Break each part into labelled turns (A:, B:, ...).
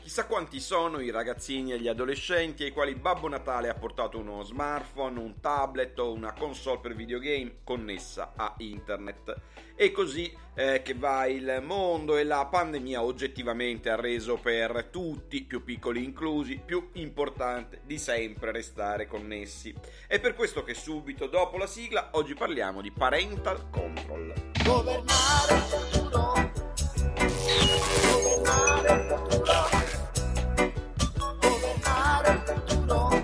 A: Chissà quanti sono i ragazzini e gli adolescenti ai quali Babbo Natale ha portato uno smartphone, un tablet o una console per videogame connessa a internet. È così che va il mondo e la pandemia oggettivamente ha reso per tutti, più piccoli inclusi, più importante di sempre restare connessi. È per questo che subito dopo la sigla oggi parliamo di parental control.
B: Governare il futuro. Governare il futuro. Governare il futuro.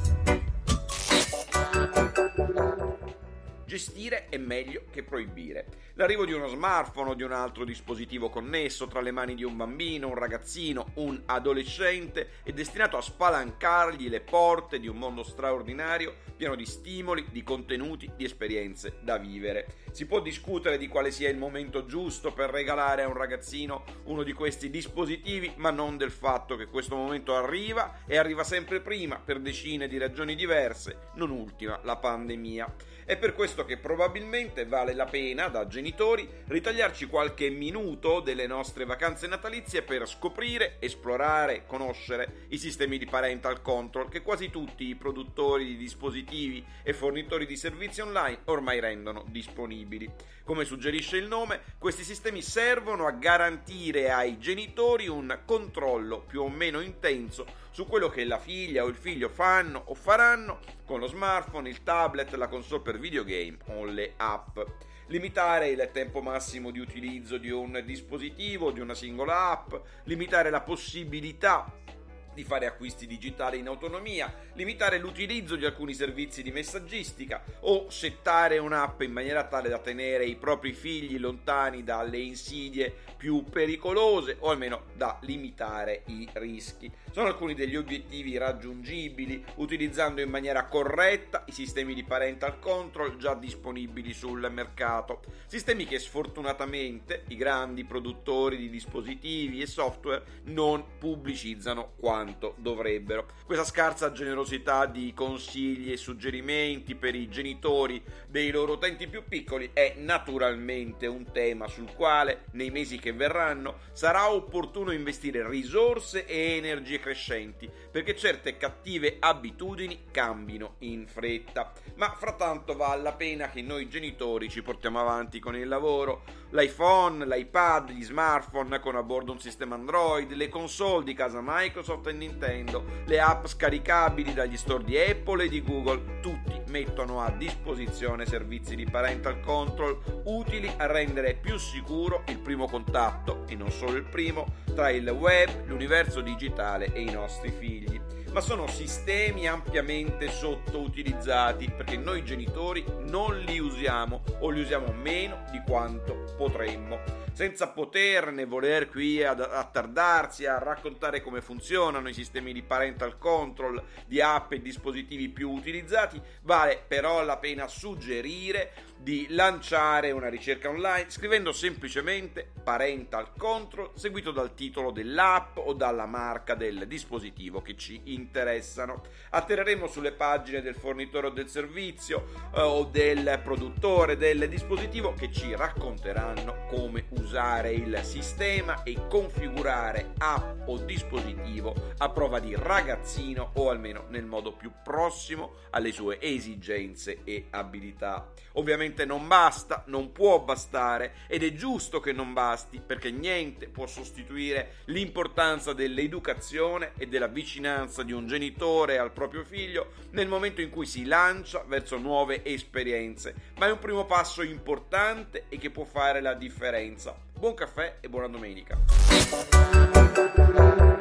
A: Gestire è meglio che proibire. L'arrivo di uno smartphone o di un altro dispositivo connesso tra le mani di un bambino, un ragazzino, un adolescente è destinato a spalancargli le porte di un mondo straordinario pieno di stimoli, di contenuti, di esperienze da vivere. Si può discutere di quale sia il momento giusto per regalare a un ragazzino uno di questi dispositivi, ma non del fatto che questo momento arriva e arriva sempre prima per decine di ragioni diverse, non ultima la pandemia. È per questo che probabilmente vale la pena, da genitori, ritagliarci qualche minuto delle nostre vacanze natalizie per scoprire, esplorare, conoscere i sistemi di parental control che quasi tutti i produttori di dispositivi e fornitori di servizi online ormai rendono disponibili. Come suggerisce il nome, questi sistemi servono a garantire ai genitori un controllo più o meno intenso su quello che la figlia o il figlio fanno o faranno con lo smartphone, il tablet, la console per videogame o le app. Limitare il tempo massimo di utilizzo di un dispositivo, di una singola app, limitare la possibilità di fare acquisti digitali in autonomia, limitare l'utilizzo di alcuni servizi di messaggistica o settare un'app in maniera tale da tenere i propri figli lontani dalle insidie più pericolose o almeno da limitare i rischi. Sono alcuni degli obiettivi raggiungibili utilizzando in maniera corretta i sistemi di parental control già disponibili sul mercato, sistemi che sfortunatamente i grandi produttori di dispositivi e software non pubblicizzano quanto dovrebbero. Questa scarsa generosità di consigli e suggerimenti per i genitori dei loro utenti più piccoli è naturalmente un tema sul quale nei mesi che verranno sarà opportuno investire risorse e energie crescenti perché certe cattive abitudini cambino in fretta. Ma frattanto vale la pena che noi genitori ci portiamo avanti con il lavoro. L'iPhone, l'iPad, gli smartphone con a bordo un sistema Android, le console di casa Microsoft e Nintendo, le app scaricabili dagli store di Apple e di Google, tutti mettono a disposizione servizi di parental control utili a rendere più sicuro il primo contatto, e non solo il primo, tra il web, l'universo digitale e i nostri figli. Ma sono sistemi ampiamente sottoutilizzati perché noi genitori non li usiamo o li usiamo meno di quanto potremmo. Senza poterne voler qui attardarsi a raccontare come funzionano i sistemi di parental control di app e dispositivi più utilizzati, vale però la pena suggerire di lanciare una ricerca online scrivendo semplicemente parental control seguito dal titolo dell'app o dalla marca del dispositivo che ci interessano. Atterreremo sulle pagine del fornitore o del servizio o del produttore del dispositivo che ci racconteranno come usare il sistema e configurare app o dispositivo a prova di ragazzino o almeno nel modo più prossimo alle sue esigenze e abilità. Ovviamente non basta, non può bastare ed è giusto che non basti perché niente può sostituire l'importanza dell'educazione e della vicinanza di un genitore al proprio figlio nel momento in cui si lancia verso nuove esperienze, ma è un primo passo importante e che può fare la differenza. Buon caffè e buona domenica.